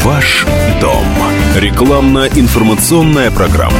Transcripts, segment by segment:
Ваш дом. Рекламно-информационная программа.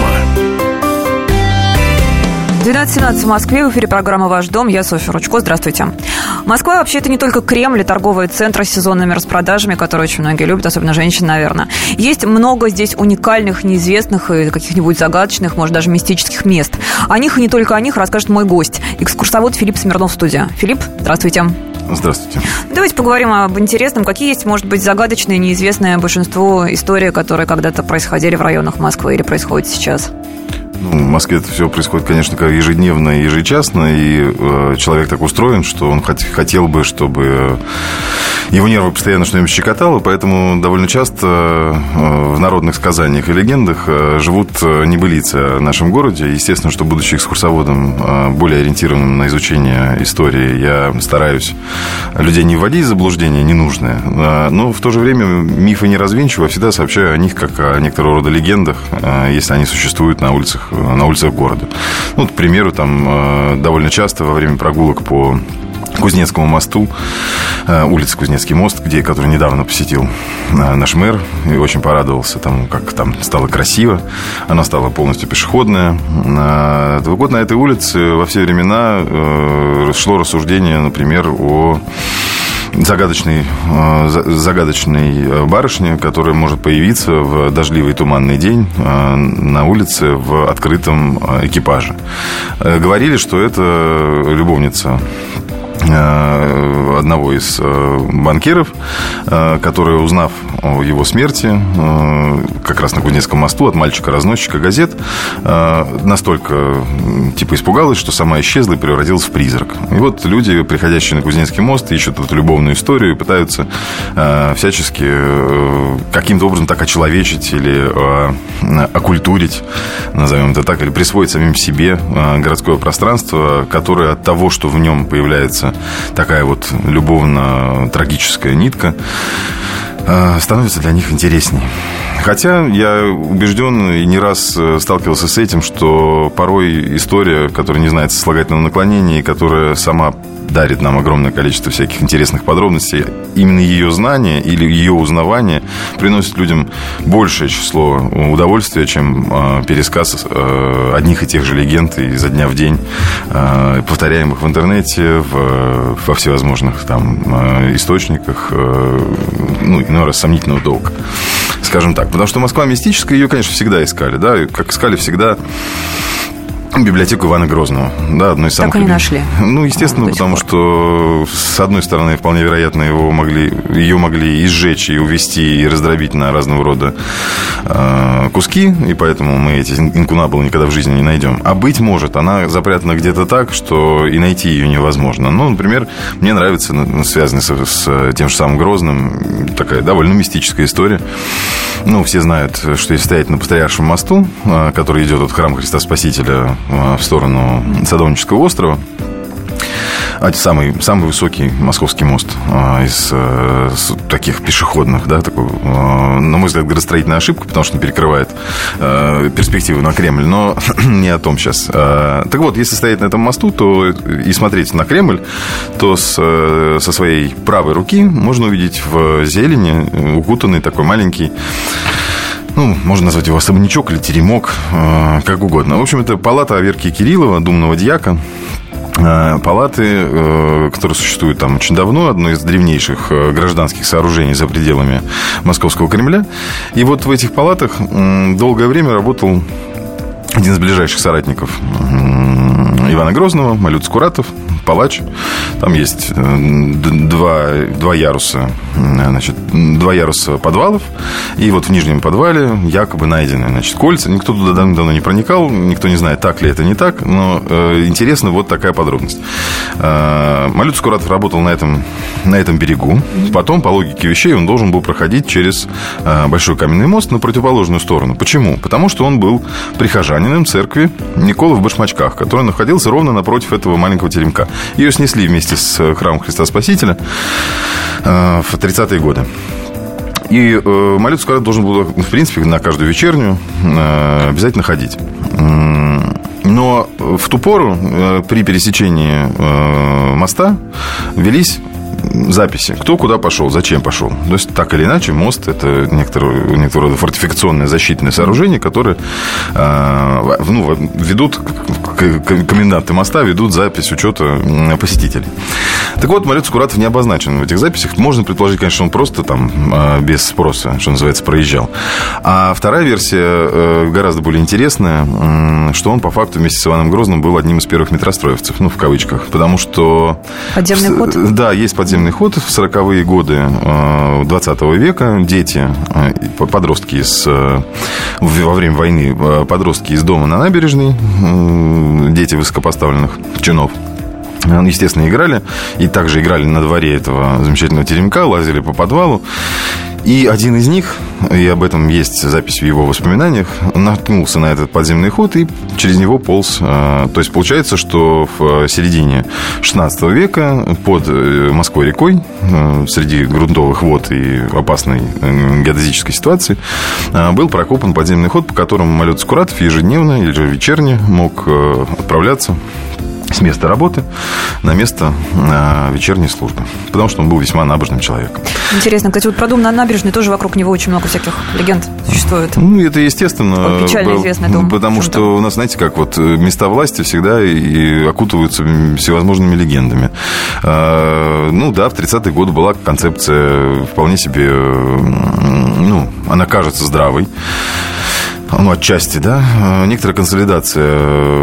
12:17 в Москве. В эфире программа «Ваш дом». Я Софья Ручко. Здравствуйте. Москва вообще это не только Кремль и торговые центры с сезонными распродажами, которые очень многие любят, особенно женщины, наверное. Есть много здесь уникальных, неизвестных и каких-нибудь загадочных, может, даже мистических мест. О них и не только о них расскажет мой гость, экскурсовод Филипп Смирнов в студии. Филипп, здравствуйте. Здравствуйте. Давайте поговорим об интересном. Какие есть, может быть, загадочные, неизвестные большинству истории, которые когда-то происходили в районах Москвы или происходят сейчас? В Москве это все происходит, конечно, как ежедневно и ежечасно, и человек так устроен, что он хотел бы, чтобы его нервы постоянно что-нибудь щекотало, поэтому довольно часто в народных сказаниях и легендах живут небылицы о нашем городе. Естественно, что, будучи экскурсоводом, более ориентированным на изучение истории, я стараюсь людей не вводить в заблуждение ненужное, но в то же время мифы не развенчиваю, а всегда сообщаю о них как о некоторого рода легендах, если они существуют на улицах города. Ну, к примеру, там довольно часто во время прогулок по Кузнецкому мосту, улица Кузнецкий мост, который недавно посетил наш мэр и очень порадовался тому, как там стало красиво. Она стала полностью пешеходная. Так вот, на этой улице во все времена шло рассуждение, например, о загадочной барышне, которая может появиться в дождливый туманный день на улице в открытом экипаже. Говорили, что это любовница одного из банкиров, который, узнав о его смерти как раз на Кузнецком мосту от мальчика-разносчика газет, настолько испугалась, что сама исчезла и превратилась в призрак. И вот люди, приходящие на Кузнецкий мост, ищут эту любовную историю и пытаются всячески каким-то образом так очеловечить или окультурить, назовем это так, или присвоить самим себе городское пространство, которое от того, что в нем появляется такая вот любовно-трагическая нитка, становится для них интересней. Хотя я убежден и не раз сталкивался с этим, что порой история, которая не знает сослагательного наклонения и которая сама дарит нам огромное количество всяких интересных подробностей, именно ее знание или ее узнавание приносит людям большее число удовольствия, чем пересказ одних и тех же легенд изо дня в день, повторяемых в интернете, во всевозможных там источниках, иной раз сомнительного толка, скажем так. Потому что Москва мистическая, ее, конечно, всегда искали, да, как искали всегда библиотеку Ивана Грозного, да, одной из самых... Так и не нашли. Ну, естественно, потому что, с одной стороны, вполне вероятно, ее могли и сжечь, и увезти, и раздробить на разного рода куски, и поэтому мы эти инкунабулы никогда в жизни не найдем. А быть может, она запрятана где-то так, что и найти ее невозможно. Ну, например, мне нравится, связанная с тем же самым Грозным, такая довольно мистическая история. Ну, все знают, что если стоять на Патриаршем мосту, который идет от храма Христа Спасителя в сторону Садовнического острова, самый высокий московский мост из таких пешеходных, да, такой, на мой взгляд, градостроительная ошибка, потому что он перекрывает перспективу на Кремль, но не о том сейчас. Так вот, если стоять на этом мосту и смотреть на Кремль, то со своей правой руки можно увидеть в зелени укутанный такой маленький, можно назвать его особнячок или теремок, как угодно. В общем, это палата Аверкия Кириллова, думного дьяка. Палаты, которые существуют там очень давно, одно из древнейших гражданских сооружений за пределами Московского Кремля. И вот в этих палатах долгое время работал один из ближайших соратников Ивана Грозного, Малют Скуратов, палач. Там есть два яруса подвалов. И вот в нижнем подвале якобы найдены, кольца. Никто туда давно не проникал, никто не знает, так ли это, не так. Но интересна вот такая подробность. Малют Скуратов работал на этом берегу. Потом, по логике вещей, он должен был проходить через Большой каменный мост на противоположную сторону. Почему? Потому что он был прихожанином церкви Николы в Башмачках, который находился ровно напротив этого маленького теремка. Ее снесли вместе с храмом Христа Спасителя в 30-е годы. И Малют Скуратов должен был, в принципе, на каждую вечернюю обязательно ходить. Но в ту пору при пересечении моста велись записи. Кто куда пошел, зачем пошел. То есть, так или иначе, мост – это некоторого рода фортификационное защитное сооружение, которое ведут, коменданты моста ведут запись учета посетителей. Так вот, Малет Скуратов не обозначен в этих записях. Можно предположить, конечно, что он просто там без спроса, что называется, проезжал. А вторая версия гораздо более интересная, что он по факту вместе с Иваном Грозным был одним из первых метростроевцев, в кавычках, потому что... Подземный ход? Да, есть подземный ход. В 40-е годы 20 века дети, подростки во время войны, подростки из дома на набережной, дети высокопоставленных чинов, естественно, играли. И также играли на дворе этого замечательного теремка, лазили по подвалу. И один из них, и об этом есть запись в его воспоминаниях, наткнулся на этот подземный ход и через него полз. То есть получается, что в середине 16 века под Москвой-рекой, среди грунтовых вод и опасной геодезической ситуации, был прокопан подземный ход, по которому Малет Скуратов ежедневно или же вечерне мог отправляться с места работы на место вечерней службы. Потому что он был весьма набожным человеком. Интересно, кстати, вот про дом на набережной тоже вокруг него очень много всяких легенд существует. Это естественно. Такой печально известный дом. Потому что у нас, знаете, как вот места власти всегда и окутываются всевозможными легендами. В 30-е годы была концепция вполне себе, она кажется здравой. Отчасти, да. Некоторая консолидация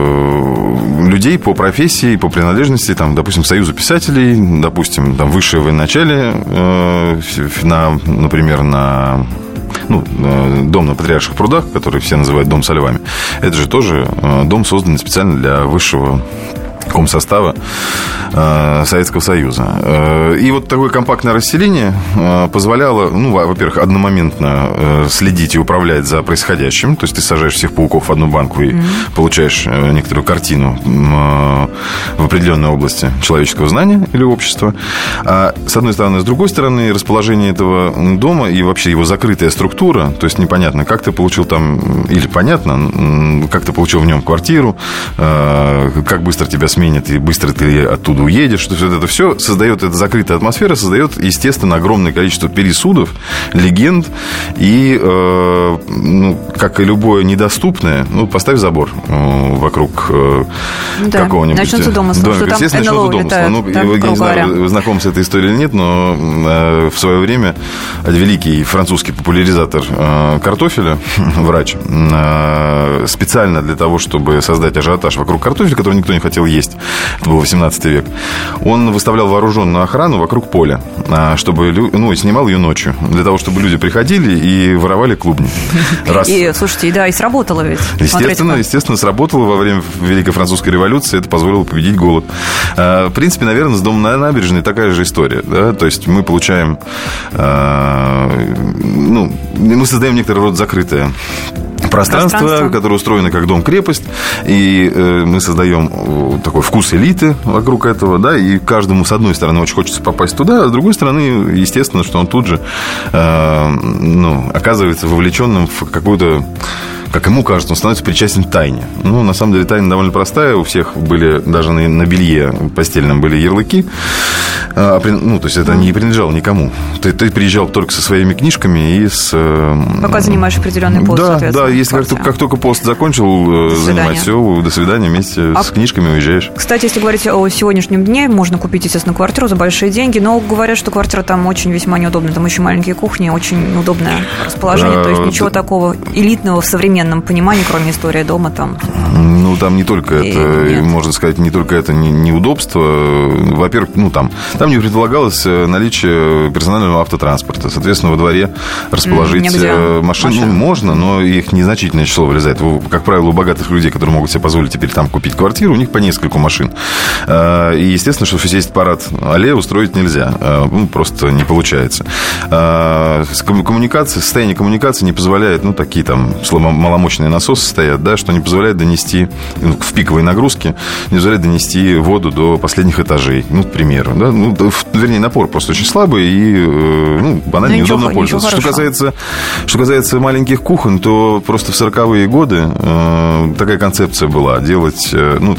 людей по профессии, по принадлежности, допустим, Союзу писателей, допустим, высшее военачалие, например, на дом на Патриарших прудах, который все называют дом со львами. Это же тоже дом, созданный специально для высшего комсостава Советского Союза. И вот такое компактное расселение позволяло, во-первых, одномоментно следить и управлять за происходящим. То есть ты сажаешь всех пауков в одну банку и получаешь некоторую картину в определенной области человеческого знания или общества. С одной стороны. С другой стороны, расположение этого дома и вообще его закрытая структура, то есть непонятно, как ты получил там, или понятно, как ты получил в нем квартиру, как быстро тебя сменят и быстро ты оттуда уедешь. То есть это все создает, эта закрытая атмосфера создает, естественно, огромное количество пересудов, легенд и, как и любое недоступное, поставь забор вокруг какого-нибудь начнется домысла, что там НЛО летает. Я не знаю, вы знакомы с этой историей или нет, но в свое время великий французский популяризатор картофеля, врач, специально для того, чтобы создать ажиотаж вокруг картофеля, который никто не хотел есть, это был 18 век, он выставлял вооруженную охрану вокруг поля, чтобы, снимал ее ночью, для того, чтобы люди приходили и воровали клубни. И, слушайте, и сработало ведь. Естественно, сработало во время Великой Французской революции, это позволило победить голод. В принципе, наверное, с домом на набережной такая же история, да? То есть мы получаем, мы создаем некоторый род закрытое пространство, которое устроено как дом-крепость, и мы создаем такой вкус элиты вокруг этого, да, и каждому, с одной стороны, очень хочется попасть туда, а с другой стороны, естественно, что он тут же оказывается вовлеченным в какую-то, как ему кажется, он становится причастен к тайне. На самом деле, тайна довольно простая. У всех были, даже на белье постельном были ярлыки. То есть это не принадлежало никому. Ты приезжал только со своими книжками и с... Пока занимаешь определенный пост, соответственно. Да, если как только пост закончил занимать, все, до свидания, вместе с книжками уезжаешь. Кстати, если говорить о сегодняшнем дне, можно купить, естественно, квартиру за большие деньги, но говорят, что квартира там очень весьма неудобная. Там очень маленькие кухни, очень неудобное расположение. То есть ничего такого элитного в современном понимании, кроме истории дома там. Там не только это, можно сказать, не только это неудобство. Во-первых, там не предполагалось наличие персонального автотранспорта. Соответственно, во дворе расположить машины можно, но их незначительное число вылезает. Как правило, у богатых людей, которые могут себе позволить теперь там купить квартиру, у них по нескольку машин. И, естественно, что сесть парад аллея устроить нельзя. Просто не получается. Состояние коммуникации не позволяет, такие там маломощные насосы стоят, да, что не позволяет донести, в пиковой нагрузке, не позволяет донести воду до последних этажей, к примеру. Да? Вернее, напор просто очень слабый и банально неудобно пользоваться. Что касается маленьких кухонь, то просто в 40-е годы такая концепция была. Делать,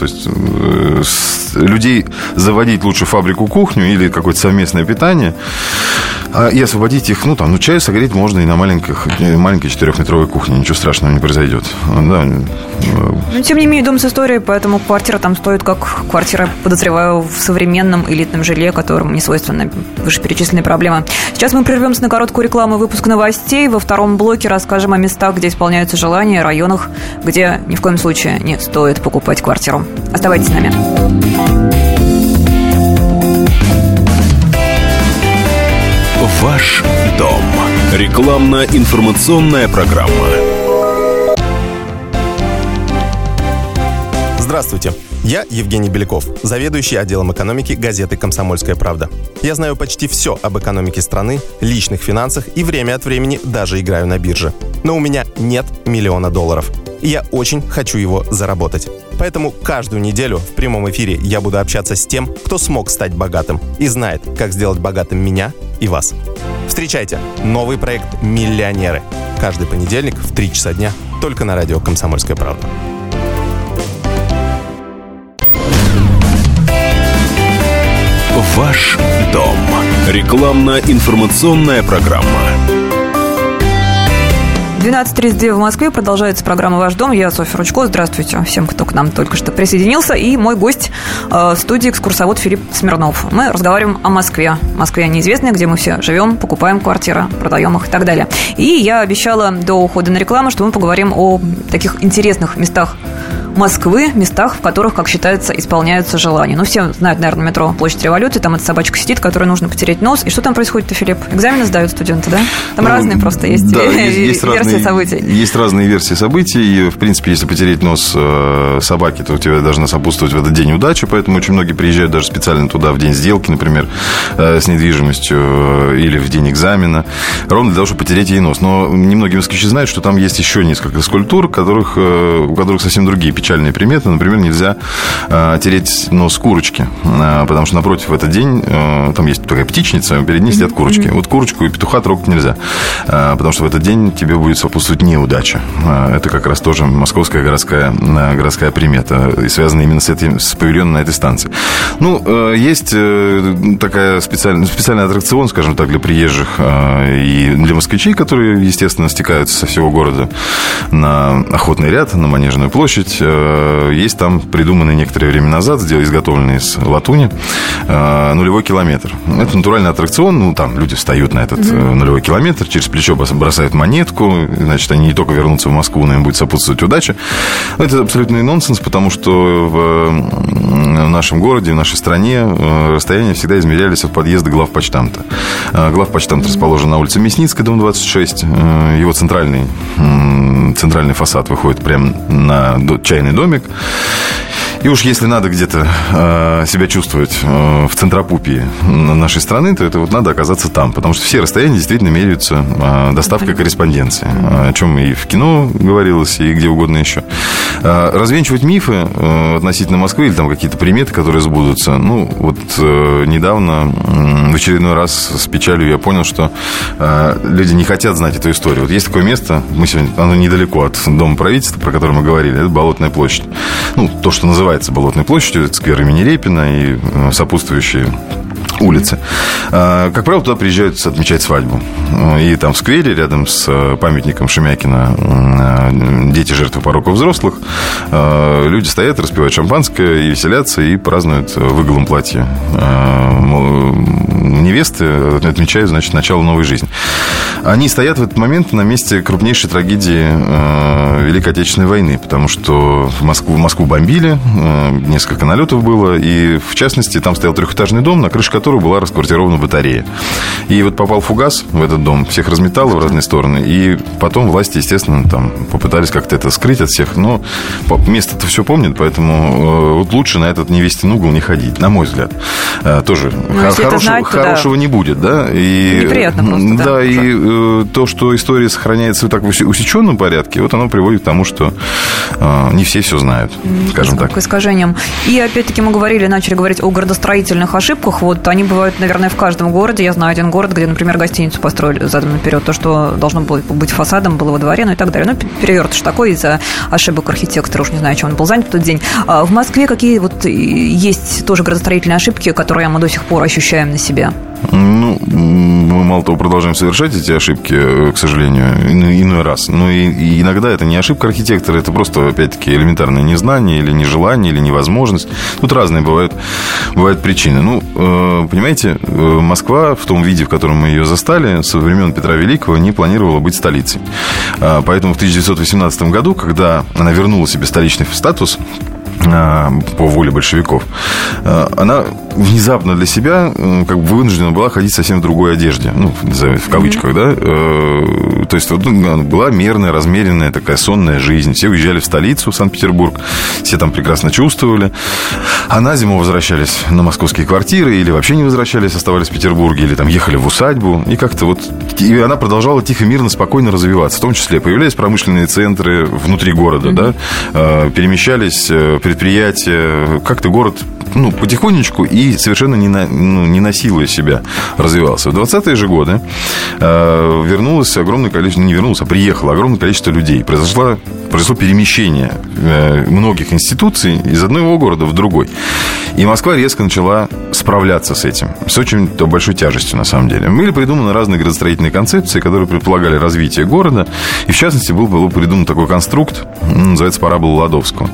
людей заводить лучше в фабрику-кухню или какое-то совместное питание и освободить их, чай согреть можно и на маленькой 4-метровой кухне. Ничего страшного не произойдет. Да. Но, тем не менее, дом с историей, поэтому квартира там стоит как квартира, подозреваю, в современном элитном жилье, которому не свойственны вышеперечисленные проблемы. Сейчас мы прервемся на короткую рекламу и выпуск новостей. Во втором блоке расскажем о местах, где исполняются желания, районах, где ни в коем случае не стоит покупать квартиру. Оставайтесь с нами. Ваш дом. Рекламно-информационная программа. Здравствуйте, я Евгений Беляков, заведующий отделом экономики газеты «Комсомольская правда». Я знаю почти все об экономике страны, личных финансах и время от времени даже играю на бирже. Но у меня нет $1 миллиона. И я очень хочу его заработать. Поэтому каждую неделю в прямом эфире я буду общаться с тем, кто смог стать богатым и знает, как сделать богатым меня и вас. Встречайте новый проект «Миллионеры». Каждый понедельник в 3 часа дня только на радио «Комсомольская правда». Ваш дом. Рекламно-информационная программа. 12:32 в Москве. Продолжается программа «Ваш дом». Я Софья Ручко. Здравствуйте всем, кто к нам только что присоединился. И мой гость в студии, экскурсовод Филипп Смирнов. Мы разговариваем о Москве. Москве неизвестной, где мы все живем, покупаем квартиры, продаем их и так далее. И я обещала до ухода на рекламу, что мы поговорим о таких интересных местах Москвы, местах, в которых, как считается, исполняются желания. Все знают, наверное, метро Площадь Революции. Там эта собачка сидит, которой нужно потереть нос. И что там происходит-то, Филипп? Экзамены сдают студенты, да? Там разные просто есть, да, есть версии событий. Есть разные версии событий. И, в принципе, если потереть нос собаки, то у тебя должна сопутствовать в этот день удача. Поэтому очень многие приезжают даже специально туда в день сделки, например, с недвижимостью или в день экзамена, ровно для того, чтобы потереть ей нос. Но немногие москвичи знают, что там есть еще несколько скульптур, у которых совсем другие печальные приметы. Например, нельзя тереть нос курочки, потому что напротив в этот день там есть такая птичница, перед ней сидят курочки. Вот курочку и петуха трогать нельзя, потому что в этот день тебе будет сопутствовать неудача. Это как раз тоже московская городская примета, и связана именно с павильоном на этой станции. Есть такая специальный аттракцион, скажем так, для приезжих и для москвичей, которые, естественно, стекаются со всего города на Охотный ряд, на Манежную площадь. Есть там придуманный некоторое время назад, изготовленный из латуни, нулевой километр. Это натуральный аттракцион. Там люди встают на этот нулевой километр, через плечо бросают монетку. Значит, они не только вернутся в Москву, но им будет сопутствовать удача. Это абсолютный нонсенс, потому что в нашем городе, в нашей стране расстояния всегда измерялись от подъезда главпочтамта. Главпочтамт расположен на улице Мясницкой, дом 26. Его центральный фасад выходит прямо на чайный домик. И уж если надо где-то себя чувствовать в центропупии нашей страны, то это надо оказаться там. Потому что все расстояния действительно меряются доставкой корреспонденции. О чем и в кино говорилось, и где угодно еще. Развенчивать мифы относительно Москвы или там какие-то приметы, которые сбудутся. Недавно в очередной раз с печалью я понял, что люди не хотят знать эту историю. Есть такое место, оно недалеко от Дома правительства, про которое мы говорили, это Болотная площадь. То, что называется Болотной площадью, это сквер имени Репина и сопутствующие улицы. Как правило, туда приезжают отмечать свадьбу. И там в сквере, рядом с памятником Шемякина, дети жертвы порока взрослых, люди стоят, распивают шампанское и веселятся, и празднуют в иглом платье невесты, отмечают, начало новой жизни. Они стоят в этот момент на месте крупнейшей трагедии Великой Отечественной войны, потому что в Москву бомбили, несколько налетов было, и, в частности, там стоял трехэтажный дом, на крыше которого была расквартирована батарея. И вот попал фугас в этот дом, всех разметало в разные стороны. И потом власти, естественно, там попытались как-то это скрыть от всех. Но место-то все помнит, поэтому вот лучше на этот невестин угол не ходить, на мой взгляд. Тоже хорошего не будет, да? И, неприятно просто, да. Да, и то, что история сохраняется в так усеченном порядке, вот оно приводит к тому, что не все знают, скажем так. К искажениям. И опять-таки мы начали говорить о градостроительных ошибках. Вот они бывают, наверное, в каждом городе. Я знаю один город, где, например, гостиницу построили задом наперед. То, что должно было быть фасадом, было во дворе, ну и так далее. Ну, перевертыш такой из-за ошибок архитектора. Уж не знаю, чем он был занят в тот день. А в Москве какие вот есть тоже градостроительные ошибки, которые мы до сих пор ощущаем на себе? Ну, мы мало того продолжаем совершать эти ошибки, к сожалению, иной раз. Но и иногда это не ошибка архитектора, это просто, опять-таки, элементарное незнание или нежелание, или невозможность. Тут разные бывают причины. Ну, понимаете, Москва в том виде, в котором мы ее застали, со времен Петра Великого не планировала быть столицей. Поэтому в 1918 году, когда она вернула себе столичный статус, по воле большевиков, она внезапно для себя как бы вынуждена была ходить совсем в другой одежде, ну, в кавычках, да, то есть вот, была мерная, размеренная такая сонная жизнь, все уезжали в столицу, в Санкт-Петербург, все там прекрасно чувствовали, а на зиму возвращались на московские квартиры или вообще не возвращались, оставались в Петербурге, или там ехали в усадьбу, и как-то вот, и она продолжала тихо, мирно, спокойно развиваться, в том числе появлялись промышленные центры внутри города, да, перемещались предприятия, как-то город, ну, потихонечку и совершенно не насилуя себя развивался. В 20-е же годы вернулось огромное количество, не вернулось, а приехало огромное количество людей. Произошло перемещение многих институций из одного города в другой. И Москва резко начала справляться с этим. С очень большой тяжестью, на самом деле. Были придуманы разные градостроительные концепции, которые предполагали развитие города. И, в частности, был придуман такой конструкт, называется «Парабола Ладовского».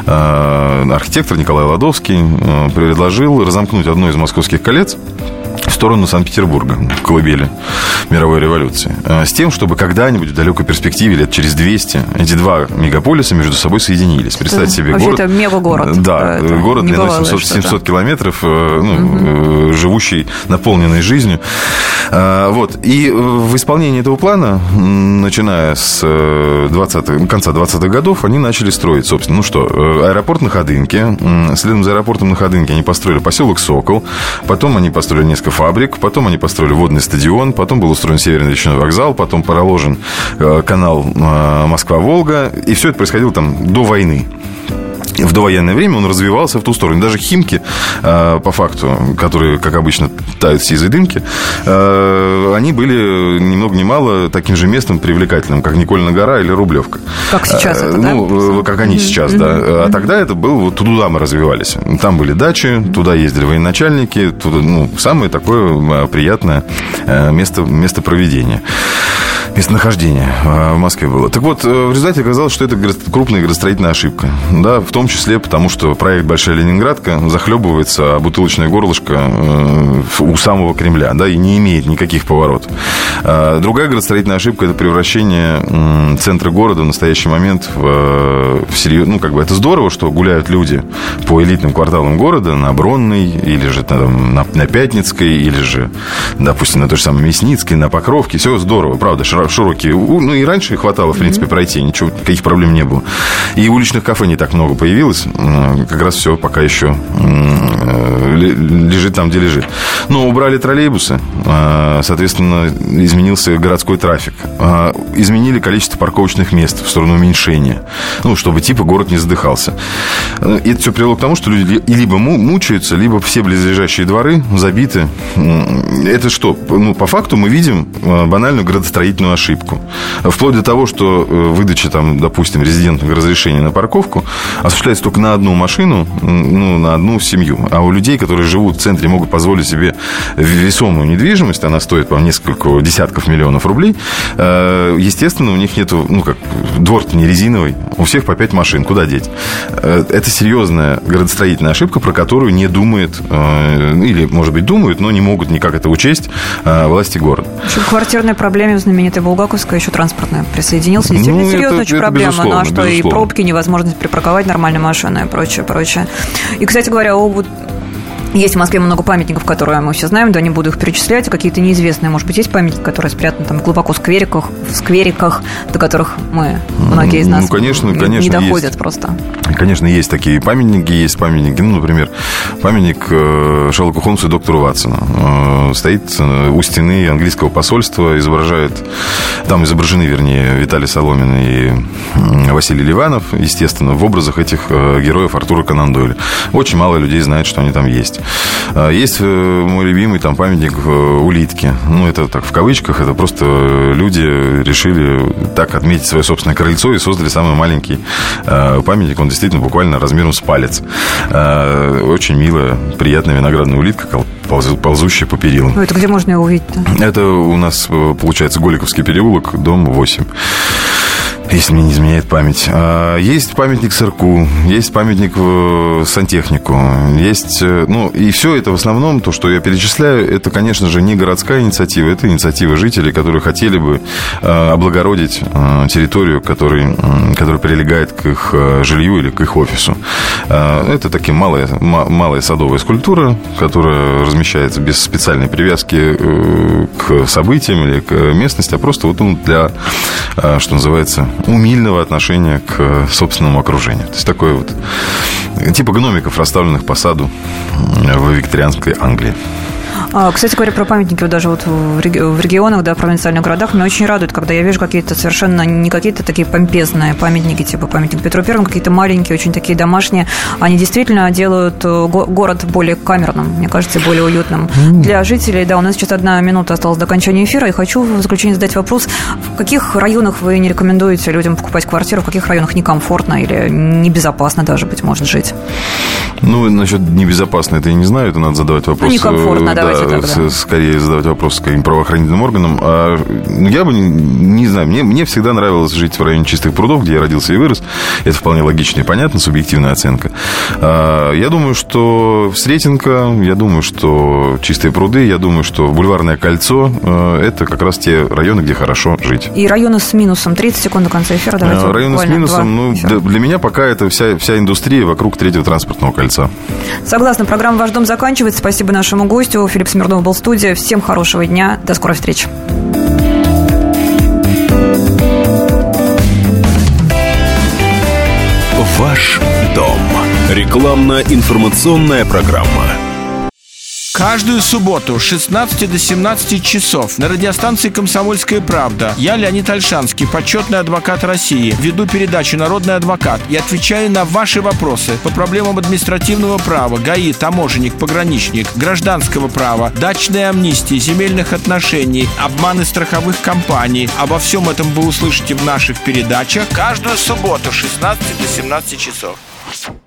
Архитектор Николай Ладовский предложил разомкнуть одно из московских колец в сторону Санкт-Петербурга, колыбели мировой революции, с тем, чтобы когда-нибудь в далекой перспективе, лет через 200, эти два мегаполиса между собой соединились. Представьте себе вообще город... это мегагород. Да, город длиной 700 километров, живущий, наполненный жизнью. Вот. И в исполнении этого плана, начиная с конца 20-х годов, они начали строить, собственно, аэропорт на Ходынке. Следом за аэропортом на Ходынке они построили поселок Сокол, потом они построили несколько фабрик, потом они построили водный стадион, потом был устроен Северный речной вокзал, потом проложен канал Москва-Волга, и все это происходило там до войны. В довоенное время он развивался в ту сторону. Даже Химки, по факту, которые, как обычно, тают в сизой дымке, они были ни много ни мало таким же местом привлекательным, как Никольна гора или Рублевка. Как сейчас это, да? Ну, как они сейчас, да. А тогда это было, вот туда мы развивались. Там были дачи, туда ездили военачальники, туда, самое такое приятное место проведения. Местонахождение в Москве было. Так вот, в результате оказалось, что это крупная градостроительная ошибка. Да, в том числе потому, что проект «Большая Ленинградка» захлебывается, а бутылочное горлышко у самого Кремля, да, и не имеет никаких поворотов. Другая градостроительная ошибка – это превращение центра города в настоящий момент в серьезно. Это здорово, что гуляют люди по элитным кварталам города на Бронной, или же на Пятницкой, или же, допустим, на той же самой Мясницкой, на Покровке. Все здорово, правда, широкие. Ну, и раньше хватало, в принципе, пройти. Ничего, никаких проблем не было. И уличных кафе не так много появилось. Как раз все пока еще лежит там, где лежит. Но убрали троллейбусы. Соответственно, изменился городской трафик. Изменили количество парковочных мест в сторону уменьшения. Чтобы, город не задыхался. И это все привело к тому, что люди либо мучаются, либо все близлежащие дворы забиты. Это что? По факту мы видим банальную градостроительную ошибку. Вплоть до того, что выдача, допустим, резидентного разрешения на парковку осуществляется только на одну машину, на одну семью. А у людей, которые живут в центре, могут позволить себе весомую недвижимость, она стоит, по-моему, несколько десятков миллионов рублей, естественно, у них нету, двор-то не резиновый, у всех по 5 машин, куда деть? Это серьезная градостроительная ошибка, про которую не думает, или, может быть, думают, но не могут никак это учесть власти города. Еще к квартирной проблеме знаменитой Булгаковской еще транспортная присоединился. Действительно серьезная очень проблема. Ну, а что, безусловно. И пробки, невозможность припарковать нормальные машины и прочее. И, кстати говоря, Есть в Москве много памятников, которые мы все знаем, да, не буду их перечислять, а какие-то неизвестные, может быть, есть памятники, которые спрятаны там глубоко в сквериках, до которых многие из нас конечно, не доходят есть. Просто. Конечно, есть такие памятники, например, памятник Шерлоку Холмсу и доктору Ватсону. Стоит у стены английского посольства, там изображены, Виталий Соломин и Василий Ливанов, естественно, в образах этих героев Артура Конан Дойля. Очень мало людей знает, что они там есть. Есть мой любимый там памятник улитке. Это так в кавычках, это просто люди решили так отметить свое собственное крыльцо и создали самый маленький памятник. Он действительно буквально размером с палец. Очень милая, приятная виноградная улитка, ползущая по перилам. Это где можно его увидеть-то? Это у нас, получается, Голиковский переулок, дом 8. Если мне не изменяет память. Есть памятник Сырку, есть памятник сантехнику, есть... и все это в основном, то, что я перечисляю, это, конечно же, не городская инициатива, это инициатива жителей, которые хотели бы облагородить территорию, которая прилегает к их жилью или к их офису. Это такая малая садовая скульптура, которая размещается без специальной привязки к событиям или к местности, а просто для, что называется, умильного отношения к собственному окружению. То есть такое типа гномиков, расставленных по саду в викторианской Англии. Кстати говоря, про памятники даже в регионах, да, в провинциальных городах, меня очень радует, когда я вижу какие-то совершенно не какие-то такие помпезные памятники, типа памятник Петру Первому, какие-то маленькие, очень такие домашние. Они действительно делают город более камерным, мне кажется, более уютным для жителей. Да, у нас сейчас 1 минута осталась до окончания эфира, и хочу в заключение задать вопрос: в каких районах вы не рекомендуете людям покупать квартиру, в каких районах некомфортно или небезопасно даже, быть может, жить? Насчет небезопасно это я не знаю, это надо задавать вопрос. Некомфортно, давайте тогда. Скорее задавать вопрос каким правоохранительным органам. Я бы не знаю, мне всегда нравилось жить в районе Чистых прудов, где я родился и вырос. Это вполне логично и понятно, субъективная оценка. Я думаю, что Сретенка, я думаю, что Чистые пруды, я думаю, что Бульварное кольцо – это как раз те районы, где хорошо жить. И районы с минусом. 30 секунд до конца эфира. Давайте районы с минусом, для меня пока это вся индустрия вокруг третьего транспортного кольца. Согласна, программа «Ваш дом» заканчивается. Спасибо нашему гостю. Филипп Смирнов был в студии. Всем хорошего дня. До скорой встречи. Ваш дом. Рекламно-информационная программа. Каждую субботу с 16 до 17 часов на радиостанции «Комсомольская правда» я, Леонид Ольшанский, почетный адвокат России, веду передачу «Народный адвокат» и отвечаю на ваши вопросы по проблемам административного права, ГАИ, таможенник, пограничник, гражданского права, дачной амнистии, земельных отношений, обманы страховых компаний. Обо всем этом вы услышите в наших передачах каждую субботу с 16 до 17 часов.